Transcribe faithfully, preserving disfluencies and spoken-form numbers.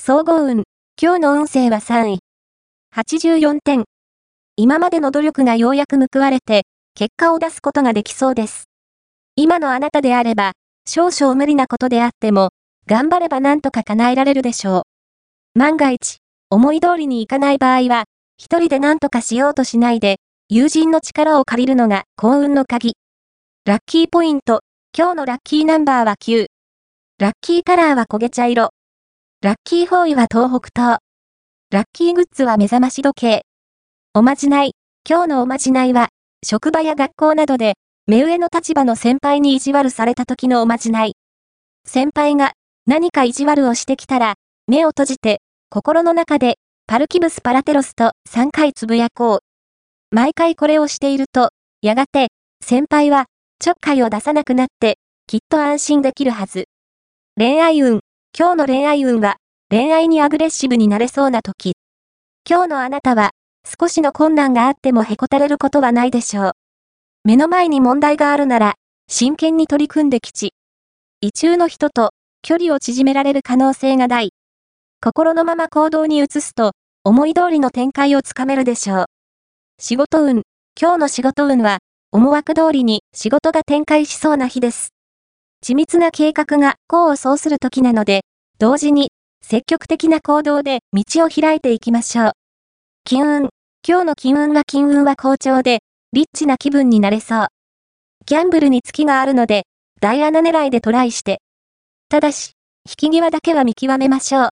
総合運。今日の運勢はさんい。はちじゅうよんてん。今までの努力がようやく報われて、結果を出すことができそうです。今のあなたであれば、少々無理なことであっても、頑張ればなんとか叶えられるでしょう。万が一、思い通りにいかない場合は、一人で何とかしようとしないで、友人の力を借りるのが幸運の鍵。ラッキーポイント。今日のラッキーナンバーはきゅう。ラッキーカラーは焦げ茶色。ラッキーフォーイは東北東。ラッキーグッズは目覚まし時計。おまじない。今日のおまじないは、職場や学校などで、目上の立場の先輩に意地悪された時のおまじない。先輩が何か意地悪をしてきたら、目を閉じて、心の中で、パルキブスパラテロスとさんかいつぶやこう。毎回これをしていると、やがて、先輩は、ちょっかいを出さなくなって、きっと安心できるはず。恋愛運。今日の恋愛運は、恋愛にアグレッシブになれそうな時。今日のあなたは、少しの困難があってもへこたれることはないでしょう。目の前に問題があるなら、真剣に取り組んで吉。意中の人と、距離を縮められる可能性が大。心のまま行動に移すと、思い通りの展開をつかめるでしょう。仕事運。今日の仕事運は、思惑通りに仕事が展開しそうな日です。緻密な計画が功を奏する時なので、同時に積極的な行動で道を開いていきましょう。金運。今日の金運は金運は好調で、リッチな気分になれそう。ギャンブルに月があるので、大穴狙いでトライして。ただし、引き際だけは見極めましょう。